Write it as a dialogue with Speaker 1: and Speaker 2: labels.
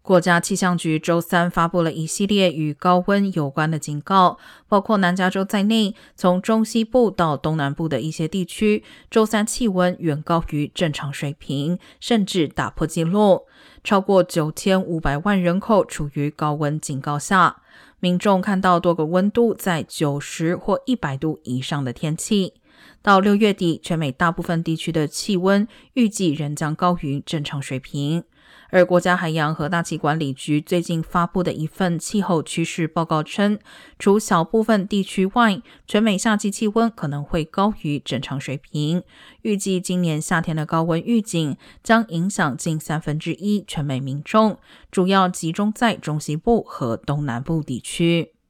Speaker 1: 国家气象局周三发布了一系列与高温有关的警告，包括南加州在内，从中西部到东南部的一些地区，周三气温远高于正常水平，甚至打破纪录。超过9500万人口处于高温警告下，民众看到多个温度在90或100度以上的天气。到6月底，全美大部分地区的气温预计仍将高于正常水平。而国家海洋和大气管理局最近发布的一份气候趋势报告称，除小部分地区外，全美夏季气温可能会高于正常水平。预计今年夏天的高温预警将影响近1/3全美民众，主要集中在中西部和东南部地区。